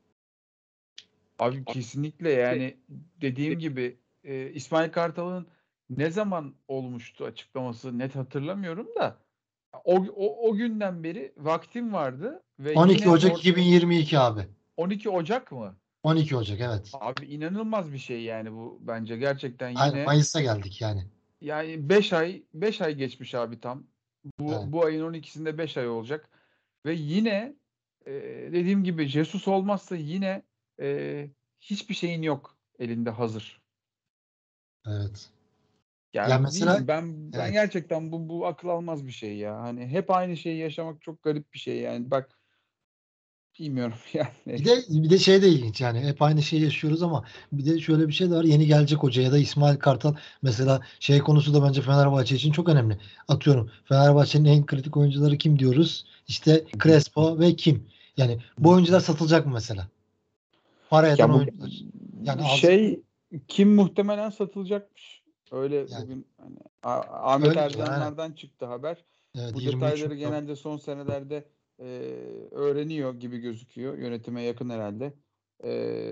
Abi kesinlikle yani dediğim gibi e, İsmail Kartal'ın ne zaman olmuştu açıklaması net hatırlamıyorum da o, o, o günden beri vaktim vardı ve
on iki
yine
Ocak
or,
iki bin yirmi iki abi.
on iki Ocak mı?
on iki Ocak evet.
Abi inanılmaz bir şey yani bu, bence gerçekten
Aynen
yine
Mayıs'a geldik yani.
yani beş ay beş ay geçmiş abi tam. Bu
Evet.
bu ayın on ikisinde beş ay olacak ve yine e, dediğim gibi Jesus olmazsa yine e, hiçbir şeyin yok elinde hazır.
Evet. Ya
Yani
mesela
bilmiyorum, ben ben
evet.
gerçekten bu bu akıl almaz bir şey ya. Hani hep aynı şeyi yaşamak çok garip bir şey yani. Bak bilmiyorum yani
Bir
neyse.
de bir de şey de ilginç yani hep aynı şeyi yaşıyoruz ama bir de şöyle bir şey de var. Yeni gelecek hoca ya da İsmail Kartal mesela şey konusu da bence Fenerbahçe için çok önemli. Atıyorum Fenerbahçe'nin en kritik oyuncuları kim diyoruz? İşte
Hı hı.
Crespo ve kim? Yani
Hı
bu
hı.
oyuncular satılacak mı mesela? Para eden
Ya bu
oyuncular. Yani az
şey kim muhtemelen satılacakmış. Öyle
yani
bugün hani A- Ahmet
öyle diyorlar aynen.
Ercanlardan çıktı haber.
Evet
Bu
yirmi üç
detayları
milyon.
genelde son senelerde e, öğreniyor gibi gözüküyor. Yönetime yakın herhalde. E,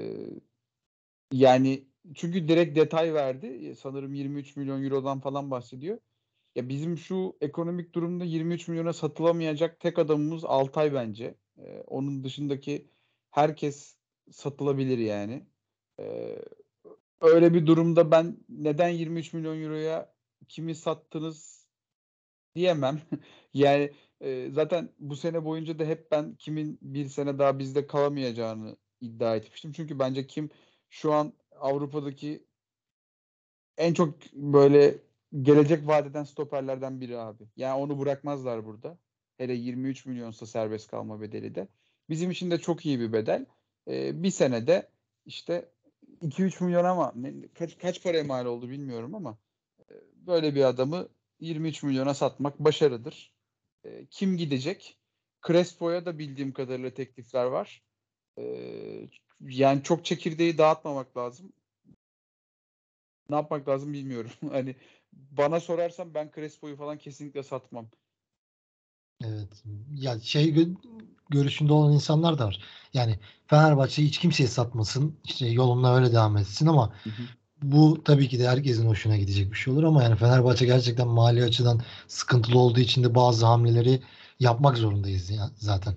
Yani çünkü direkt detay verdi. Sanırım yirmi üç milyon eurodan falan bahsediyor. Ya bizim şu ekonomik durumda yirmi üç milyona satılamayacak tek adamımız Altay bence. Ee, onun dışındaki herkes satılabilir yani. Ee, Öyle bir durumda ben neden yirmi üç milyon euroya kimi sattınız diyemem. Yani e, zaten bu sene boyunca da hep ben kimin bir sene daha bizde kalamayacağını iddia etmiştim. Çünkü bence kim şu an Avrupa'daki en çok böyle gelecek vadeden stoperlerden biri abi. Yani onu bırakmazlar burada. Hele yirmi üç milyonsa serbest kalma bedeli de. Bizim için de çok iyi bir bedel. Ee, bir senede işte iki üç milyon ama ne, kaç, kaç paraya mal oldu bilmiyorum ama e, böyle bir adamı yirmi üç milyona satmak başarıdır. E, kim gidecek? Crespo'ya da bildiğim kadarıyla teklifler var. E, Yani çok çekirdeği dağıtmamak lazım. Ne yapmak lazım bilmiyorum. Hani bana sorarsan ben Crespo'yu falan kesinlikle satmam.
Evet. Ya şey gö- görüşünde olan insanlar da var. Yani Fenerbahçe hiç kimseye satmasın. İşte yoluna öyle devam etsin ama
Hı hı.
bu tabii ki de herkesin hoşuna gidecek bir şey olur ama yani Fenerbahçe gerçekten mali açıdan sıkıntılı olduğu için de bazı hamleleri yapmak zorundayız ya zaten.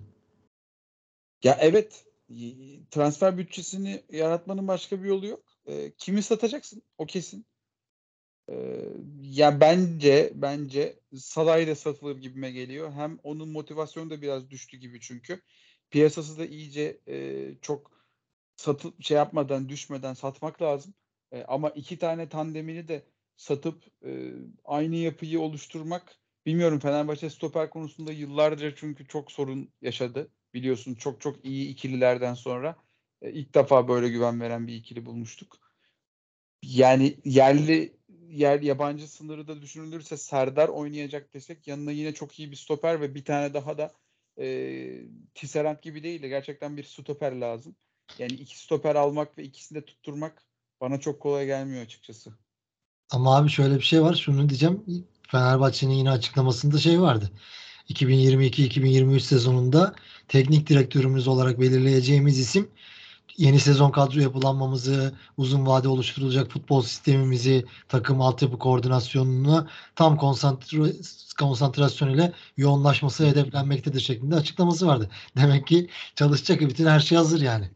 Ya evet, y- transfer bütçesini yaratmanın başka bir yolu yok. E, kimi satacaksın? O kesin. E, Ya bence bence Salah'ı da satılır gibime geliyor. Hem onun motivasyonu da biraz düştü gibi çünkü. Piyasası da iyice e, çok satı şey yapmadan düşmeden satmak lazım. E, ama iki tane tandemini de satıp e, aynı yapıyı oluşturmak bilmiyorum. Fenerbahçe stoper konusunda yıllarca çünkü çok sorun yaşadı. Biliyorsun çok çok iyi ikililerden sonra e, ilk defa böyle güven veren bir ikili bulmuştuk. Yani yerli yer yabancı sınırı da düşünülürse Serdar oynayacak desek yanına yine çok iyi bir stoper ve bir tane daha da e, Tisserand gibi değil de gerçekten bir stoper lazım. Yani iki stoper almak ve ikisini de tutturmak bana çok kolay gelmiyor açıkçası.
Ama abi şöyle bir şey var. Şunu diyeceğim. Fenerbahçe'nin yine açıklamasında şey vardı. iki bin yirmi iki-iki bin yirmi üç sezonunda teknik direktörümüz olarak belirleyeceğimiz isim yeni sezon kadro yapılanmamızı, uzun vade oluşturulacak futbol sistemimizi, takım altyapı koordinasyonunu tam konsantre, konsantrasyon ile yoğunlaşması hedeflenmektedir şeklinde açıklaması vardı. Demek ki çalışacak bütün her şey hazır yani.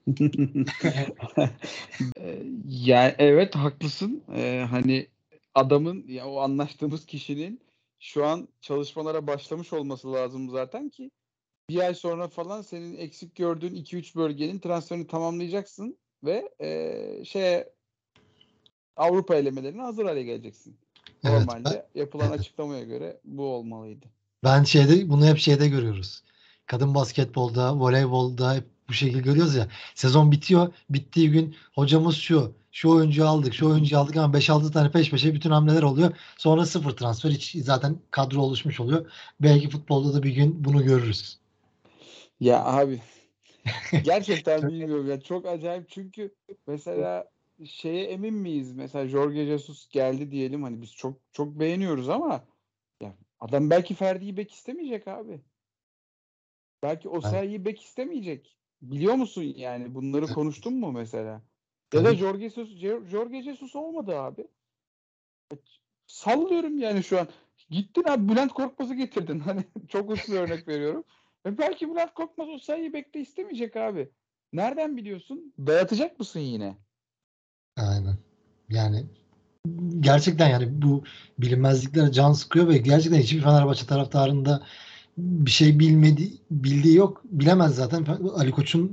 Eee, Yani evet haklısın. Eee, hani adamın ya o anlaştığımız kişinin şu an çalışmalara başlamış olması lazım zaten ki bir ay sonra falan senin eksik gördüğün iki üç bölgenin transferini tamamlayacaksın ve eee şeye Avrupa elemelerine hazır hale geleceksin.
Evet. Ben,
Normalde yapılan
evet.
açıklamaya göre bu olmalıydı.
Ben şeyde bunu hep şeyde görüyoruz. Kadın basketbolda, voleybolda hep bu şekilde görüyoruz ya. Sezon bitiyor. Bittiği gün hocamız şu. Şu oyuncuyu aldık,
Hı
şu
hı.
oyuncuyu aldık ama beş altı tane peş peşe bütün hamleler oluyor. Sonra sıfır transfer. Hiç zaten kadro oluşmuş oluyor. Belki futbolda da bir gün bunu görürüz.
Ya abi gerçekten bilmiyorum ya çok acayip çünkü mesela şeye emin miyiz? Mesela Jorge Jesus geldi diyelim hani biz çok çok beğeniyoruz ama ya adam belki Ferdi'yi bek istemeyecek abi. Belki
Ben,
Osayi'yi bek istemeyecek. Biliyor musun yani bunları konuştun mu mesela? Ya da
tabii ki.
Jorge Jesus, Jorge Jesus olmadı abi. Sallıyorum yani şu an. Gittin abi Bülent Korkmaz'ı getirdin. Hani çok uç bir örnek veriyorum. Ve belki Bülent Korkmaz Osayi'yi bekle istemeyecek abi. Nereden biliyorsun? Dayatacak mısın yine?
Aynen. Yani gerçekten yani bu bilinmezlikler can sıkıyor ve gerçekten hiçbir Fenerbahçe taraftarında bir şey bilmedi, bildiği yok. Bilemez zaten. Ali Koç'un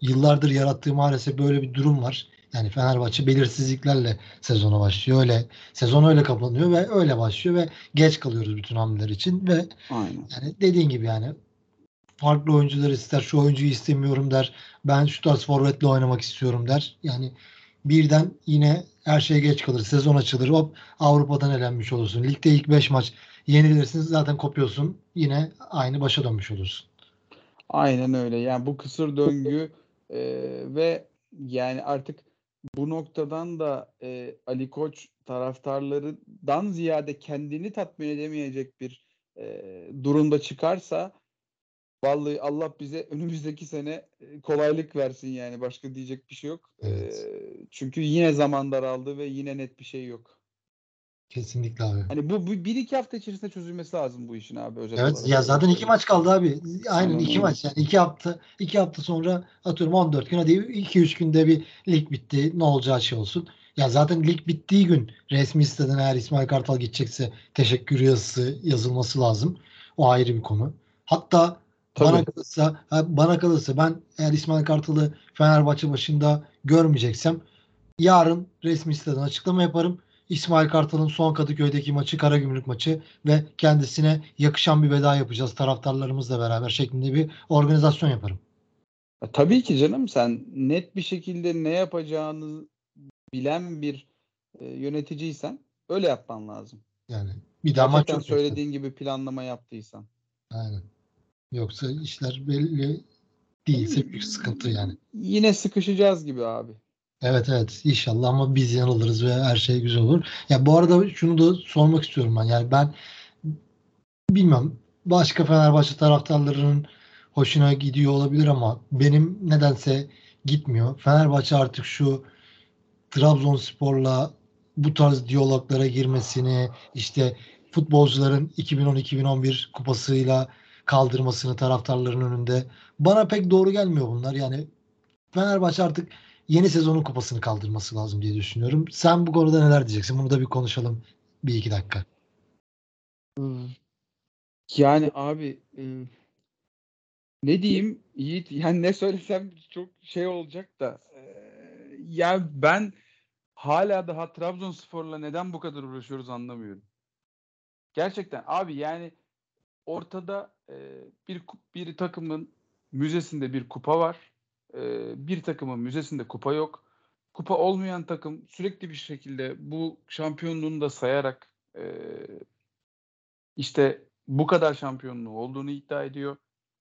yıllardır yarattığı maalesef böyle bir durum var. Yani Fenerbahçe belirsizliklerle sezona başlıyor. Öyle sezon öyle kapanıyor ve öyle başlıyor ve geç kalıyoruz bütün hamleler için ve
Aynen.
yani dediğin gibi yani farklı oyuncular ister, şu oyuncuyu istemiyorum der. Ben şu tarz forvetle oynamak istiyorum der. Yani birden yine her şey geç kalır. Sezon açılır. Hop Avrupa'dan elenmiş olursun. Ligde ilk beş maç yenilirsin. Zaten kopuyorsun. Yine aynı başa dönmüş olursun.
Aynen öyle. Yani bu kısır döngü e, ve yani artık bu noktadan da e, Ali Koç taraftarlarından ziyade kendini tatmin edemeyecek bir e, durumda çıkarsa vallahi Allah bize önümüzdeki sene e, kolaylık versin yani. Başka diyecek bir şey yok. E,
Evet.
çünkü yine zaman daraldı ve yine net bir şey yok.
Kesinlikle abi.
Hani bu, bu bir iki hafta içerisinde çözülmesi lazım bu işin abi, özet
Evet
olarak
ya
öyle
zaten iki
söyleyeyim.
maç kaldı abi. Aynen
Aynen
iki
öyle.
maç yani iki hafta iki hafta sonra atıyorum on dört gün hadi iki üç günde bir lig bitti. Ne olacağı şey olsun. Ya zaten lig bittiği gün resmi siteden eğer İsmail Kartal gidecekse teşekkür yazısı yazılması lazım. O ayrı bir konu. Hatta bana
Tabii.
kalırsa ha, bana kalırsa ben eğer İsmail Kartal'ı Fenerbahçe başında görmeyeceksem yarın resmi siteden açıklama yaparım. İsmail Kartal'ın son Kadıköy'deki maçı Karagümrük maçı ve kendisine yakışan bir veda yapacağız taraftarlarımızla beraber şeklinde bir organizasyon yaparım.
Ya tabii ki canım, sen net bir şekilde ne yapacağını bilen bir e, yöneticiysen öyle yapman lazım.
Yani bir daha maç
Gerçekten
yok yoksa.
söylediğin gibi planlama yaptıysan.
Aynen. Yoksa işler belli değilse büyük sıkıntı yani.
Yine sıkışacağız gibi abi.
Evet evet inşallah ama biz yanılırız ve her şey güzel olur. Ya bu arada şunu da sormak istiyorum ben. Yani ben bilmem başka Fenerbahçe taraftarlarının hoşuna gidiyor olabilir ama benim nedense gitmiyor. Fenerbahçe artık şu Trabzonspor'la bu tarz diyaloglara girmesini, işte futbolcuların iki bin on-iki bin on bir kupasıyla kaldırmasını taraftarların önünde bana pek doğru gelmiyor bunlar. Yani Fenerbahçe artık yeni sezonun kupasını kaldırması lazım diye düşünüyorum. Sen bu konuda neler diyeceksin? Bunu da bir konuşalım bir iki dakika.
Hmm. Yani abi e, ne diyeyim Yiğit, yani ne söylesem çok şey olacak da e, ya ben hala daha Trabzonspor'la neden bu kadar uğraşıyoruz anlamıyorum. Gerçekten abi, yani ortada e, bir kup- bir takımın müzesinde bir kupa var. E, bir takımın müzesinde kupa yok. Kupa olmayan takım sürekli bir şekilde bu şampiyonluğunu da sayarak e, işte bu kadar şampiyonluğu olduğunu iddia ediyor.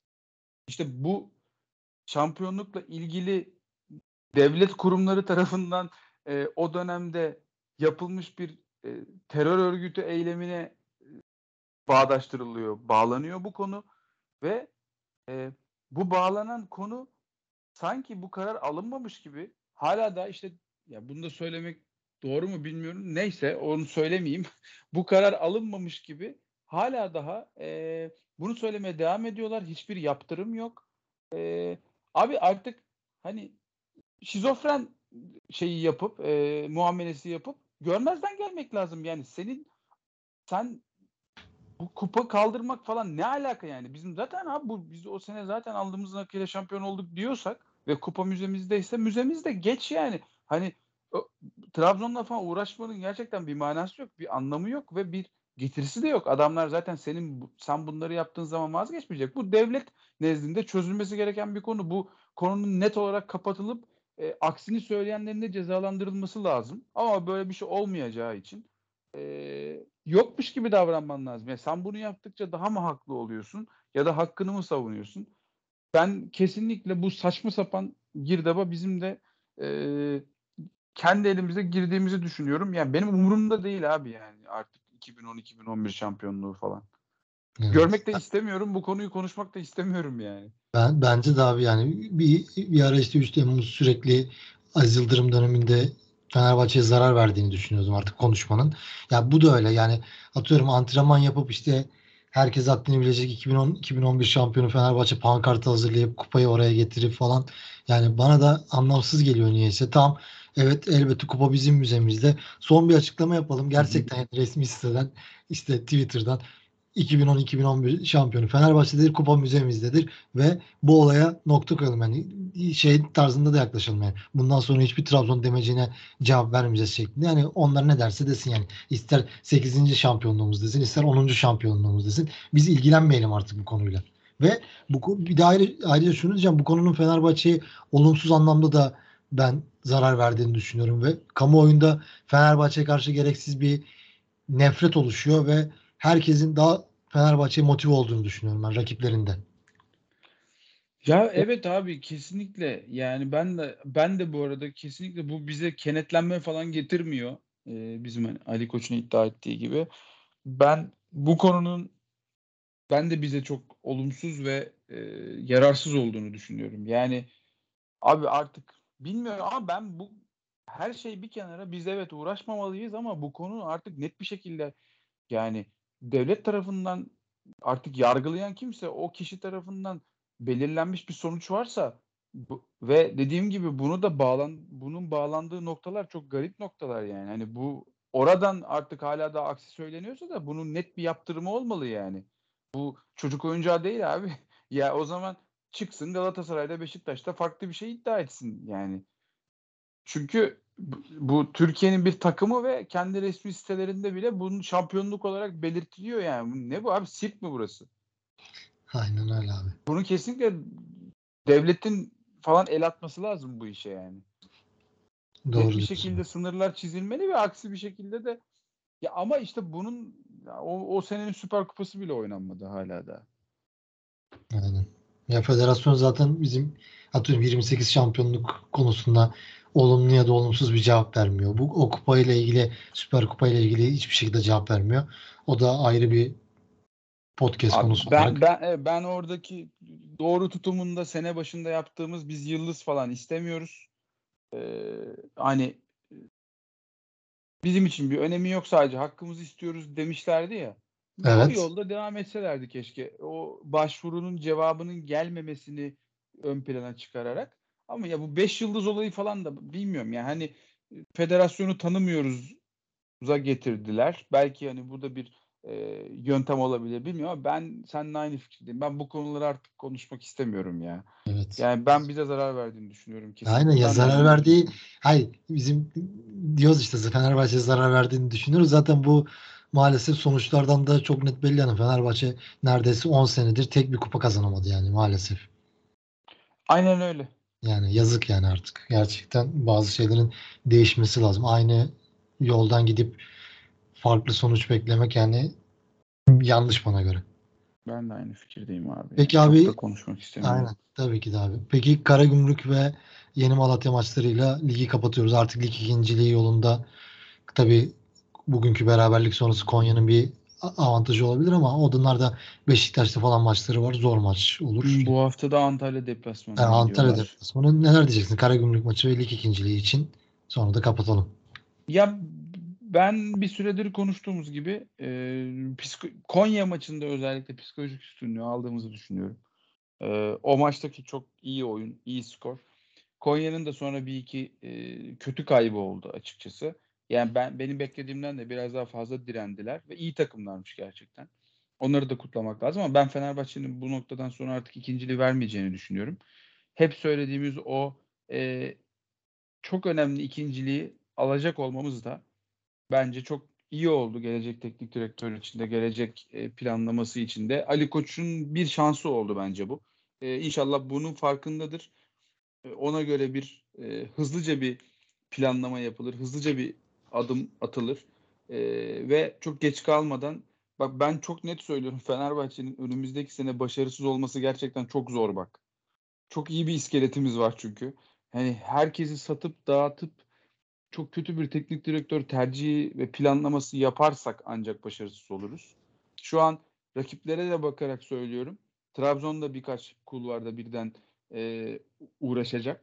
İşte bu şampiyonlukla ilgili devlet kurumları tarafından e, o dönemde yapılmış bir e, terör örgütü eylemine bağdaştırılıyor, bağlanıyor bu konu ve e, bu bağlanan konu sanki bu karar alınmamış gibi hala da işte, ya bunu da söylemek doğru mu bilmiyorum. Neyse, onu söylemeyeyim. Bu karar alınmamış gibi hala daha e, bunu söylemeye devam ediyorlar. Hiçbir yaptırım yok. E, abi artık hani şizofren şeyi yapıp e, muamelesi yapıp görmezden gelmek lazım. Yani senin sen bu kupa kaldırmak falan ne alaka yani? Bizim zaten abi bu biz o sene zaten aldığımız nakliyle şampiyon olduk diyorsak ve kupa müzemizdeyse müzemizde geç yani. Hani o, Trabzon'la falan uğraşmanın gerçekten bir manası yok, bir anlamı yok ve bir getirisi de yok. Adamlar zaten senin bu- sen bunları yaptığın zaman vazgeçmeyecek. Bu devlet nezdinde çözülmesi gereken bir konu. Bu konunun net olarak kapatılıp e, aksini söyleyenlerin de cezalandırılması lazım. Ama böyle bir şey olmayacağı için e, yokmuş gibi davranman lazım. Yani sen bunu yaptıkça daha mı haklı oluyorsun ya da hakkını mı savunuyorsun? Ben kesinlikle bu saçma sapan girdaba bizim de e, kendi elimize girdiğimizi düşünüyorum. Yani benim umurumda değil abi, yani artık iki bin on iki bin on bir şampiyonluğu falan.
Evet.
Görmek de istemiyorum. Bu konuyu konuşmak da istemiyorum yani.
Ben, bence de abi yani bir, bir ara işte üç Temmuz sürekli Aziz Yıldırım döneminde Fenerbahçe'ye zarar verdiğini düşünüyordum artık konuşmanın. Ya bu da öyle yani atıyorum antrenman yapıp işte herkes haddini bilecek iki bin on iki bin on bir şampiyonu Fenerbahçe pankartı hazırlayıp kupayı oraya getirip falan yani bana da anlamsız geliyor niyeyse. Tam evet elbette kupa bizim müzemizde. Son bir açıklama yapalım. Gerçekten yani resmi siteden işte Twitter'dan iki bin on iki bin on bir şampiyonu Fenerbahçe'dedir. Kupa müzemizdedir ve bu olaya nokta koyalım. Yani şey tarzında da yaklaşalım yani. Bundan sonra hiçbir Trabzon demecine cevap vermeyeceğiz şeklinde. Yani onlar ne derse desin yani. İster sekizinci şampiyonluğumuz desin, ister onuncu şampiyonluğumuz desin. Biz ilgilenmeyelim artık bu konuyla. Ve bu bir de ayrı, ayrıca şunu diyeceğim. Bu konunun Fenerbahçe'ye olumsuz anlamda da ben zarar verdiğini düşünüyorum ve kamuoyunda Fenerbahçe'ye karşı gereksiz bir nefret oluşuyor ve herkesin daha Fenerbahçe'ye motive olduğunu düşünüyorum ben rakiplerinde.
Ya evet abi kesinlikle yani ben de ben de bu arada kesinlikle bu bize kenetlenme falan getirmiyor. Ee, bizim hani Ali Koç'un iddia ettiği gibi. Ben bu konunun ben de bize çok olumsuz ve e, yararsız olduğunu düşünüyorum. Yani abi artık bilmiyorum ama ben bu her şey bir kenara biz evet uğraşmamalıyız ama bu konu artık net bir şekilde yani devlet tarafından artık yargılayan kimse o kişi tarafından belirlenmiş bir sonuç varsa bu, ve dediğim gibi bunu da bağlan bunun bağlandığı noktalar çok garip noktalar yani. Hani bu oradan artık hala da aksi söyleniyorsa da bunun net bir yaptırımı olmalı yani. Bu çocuk oyuncağı değil abi. Ya o zaman çıksın Galatasaray'da Beşiktaş'ta farklı bir şey iddia etsin yani. Çünkü bu, bu Türkiye'nin bir takımı ve kendi resmi sitelerinde bile bunun şampiyonluk olarak belirtiliyor yani. Bu- Ne bu abi? Sirk mi burası?
Aynen öyle abi.
Bunu kesinlikle devletin falan el atması lazım bu işe yani.
Doğru
Net bir
diyorsun.
şekilde sınırlar çizilmeli ve aksi bir şekilde de ya ama işte bunun ya o, o senenin Süper Kupası bile oynanmadı hala da.
Aynen. Ya federasyon zaten bizim atıyorum yirmi sekiz şampiyonluk konusunda olumlu ya da olumsuz bir cevap vermiyor. Bu o kupayla ilgili Süper Kupa ile ilgili hiçbir şekilde cevap vermiyor. O da ayrı bir podcast
Abi
konusu
ben
olarak.
ben e, ben oradaki doğru tutumunda sene başında yaptığımız biz yıldız falan istemiyoruz. Ee, hani bizim için bir önemi yok sadece hakkımızı istiyoruz demişlerdi ya. O
Evet.
yolda devam etselerdi keşke. O başvurunun cevabının gelmemesini ön plana çıkararak. Ama ya bu beş yıldız olayı falan da bilmiyorum yani hani federasyonu tanımıyoruz za getirdiler. Belki hani bu da bir e, yöntem olabilir bilmiyorum ama ben seninle aynı fikirdeyim. Ben bu konuları artık konuşmak istemiyorum ya.
Evet.
Yani ben bize zarar verdiğini düşünüyorum
Aynen
kesinlikle.
ya
Ben de
zarar
aynı
verdiği
fikirdeyim.
hayır bizim diyoruz işte Fenerbahçe zarar verdiğini düşünüyoruz. Zaten bu maalesef sonuçlardan da çok net belli. Yani Fenerbahçe neredeyse on senedir tek bir kupa kazanamadı yani maalesef.
Aynen öyle.
Yani yazık yani artık. Gerçekten bazı şeylerin değişmesi lazım. Aynı yoldan gidip farklı sonuç beklemek yani yanlış bana göre.
Ben de aynı fikirdeyim abi ya.
Peki
Çok da
abi
konuşmak istemiyorum.
aynen tabii ki de abi. Peki Karagümrük ve Yeni Malatya maçlarıyla ligi kapatıyoruz. Artık lig ikinciliği yolunda tabii bugünkü beraberlik sonrası Konya'nın bir a- avantajı olabilir ama onlar da Beşiktaş'ta falan maçları var. Zor maç olur.
Bu hafta da Antalya
Yani
deplasmanına
Antalya
gidiyorlar.
deplasmanı. Neler diyeceksin Karagümrük maçı ve lig ikinciliği için? Sonra da kapatalım.
Ya ben bir süredir konuştuğumuz gibi e, psiko- Konya maçında özellikle psikolojik üstünlüğü aldığımızı düşünüyorum. E, o maçtaki çok iyi oyun, iyi skor. Konya'nın da sonra bir iki e, kötü kaybı oldu açıkçası. Yani ben benim beklediğimden de biraz daha fazla direndiler ve iyi takımlarmış gerçekten. Onları da kutlamak lazım ama ben Fenerbahçe'nin bu noktadan sonra artık ikinciliği vermeyeceğini düşünüyorum. Hep söylediğimiz o e, çok önemli ikinciliği alacak olmamız da bence çok iyi oldu gelecek teknik direktör için de gelecek e, planlaması için de. Ali Koç'un bir şansı oldu bence bu. E, İnşallah bunun farkındadır. E, ona göre bir e, hızlıca bir planlama yapılır, hızlıca bir adım atılır. E, ve çok geç kalmadan bak ben çok net söylüyorum Fenerbahçe'nin önümüzdeki sene başarısız olması gerçekten çok zor bak. Çok iyi bir iskeletimiz var çünkü. Hani herkesi satıp dağıtıp çok kötü bir teknik direktör tercihi ve planlaması yaparsak ancak başarısız oluruz. Şu an rakiplere de bakarak söylüyorum. Trabzon'da birkaç kulvarda birden e, uğraşacak.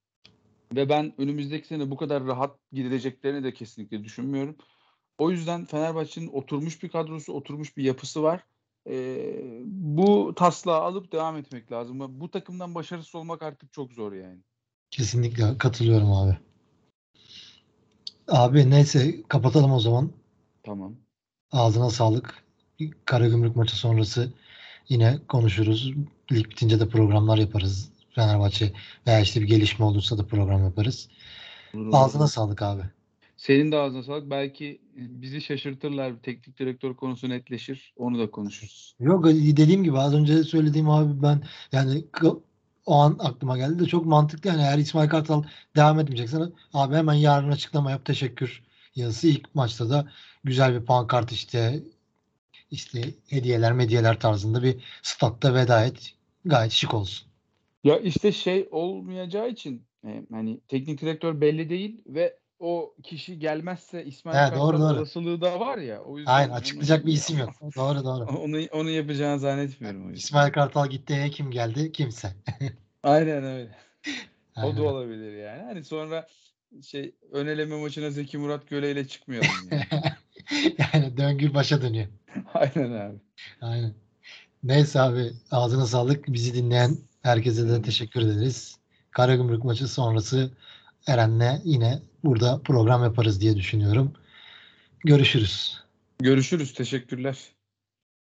Ve ben önümüzdeki sene bu kadar rahat gidileceklerini de kesinlikle düşünmüyorum. O yüzden Fenerbahçe'nin oturmuş bir kadrosu, oturmuş bir yapısı var. E, bu taslağı alıp devam etmek lazım. Bu takımdan başarısız olmak artık çok zor yani.
Kesinlikle katılıyorum abi. Abi neyse kapatalım o zaman.
Tamam.
Ağzına sağlık. Karagümrük maçı sonrası yine konuşuruz. Lig bitince de programlar yaparız. Fenerbahçe veya işte bir gelişme olursa da program yaparız.
Olur, olur.
Ağzına sağlık abi.
Senin de ağzına sağlık. Belki bizi şaşırtırlar. Teknik direktör konusu netleşir. Onu da konuşuruz.
Yok, dediğim gibi az önce söylediğim abi, ben yani k- o an aklıma geldi de çok mantıklı. Yani eğer İsmail Kartal devam etmeyecekse abi hemen yarın açıklama yap, teşekkür yazısı. İlk maçta da güzel bir pankart, işte işte hediyeler medyeler tarzında bir statta veda et. Gayet şık olsun.
Ya işte şey olmayacağı için e, hani teknik direktör belli değil ve o kişi gelmezse İsmail
He, doğru
Kartal
doğru.
olasılığı da var ya. O
Aynen,
yüzden onu
açıklayacak bir isim yok. Doğru doğru.
onu onu yapacağını zannetmiyorum o yüzden.
İsmail Kartal gitti, e, kim geldi? Kimse.
Aynen öyle. O da
Aynen.
olabilir yani. Hani sonra şey ön eleme maçına Zeki Murat Göle ile çıkmayalım yani.
Yani döngü başa dönüyor.
Aynen abi.
Aynen. Neyse abi, ağzına sağlık. Bizi dinleyen herkese de teşekkür ederiz. Karagümrük maçı sonrası Eren'le yine burada program yaparız diye düşünüyorum. Görüşürüz.
Görüşürüz. Teşekkürler.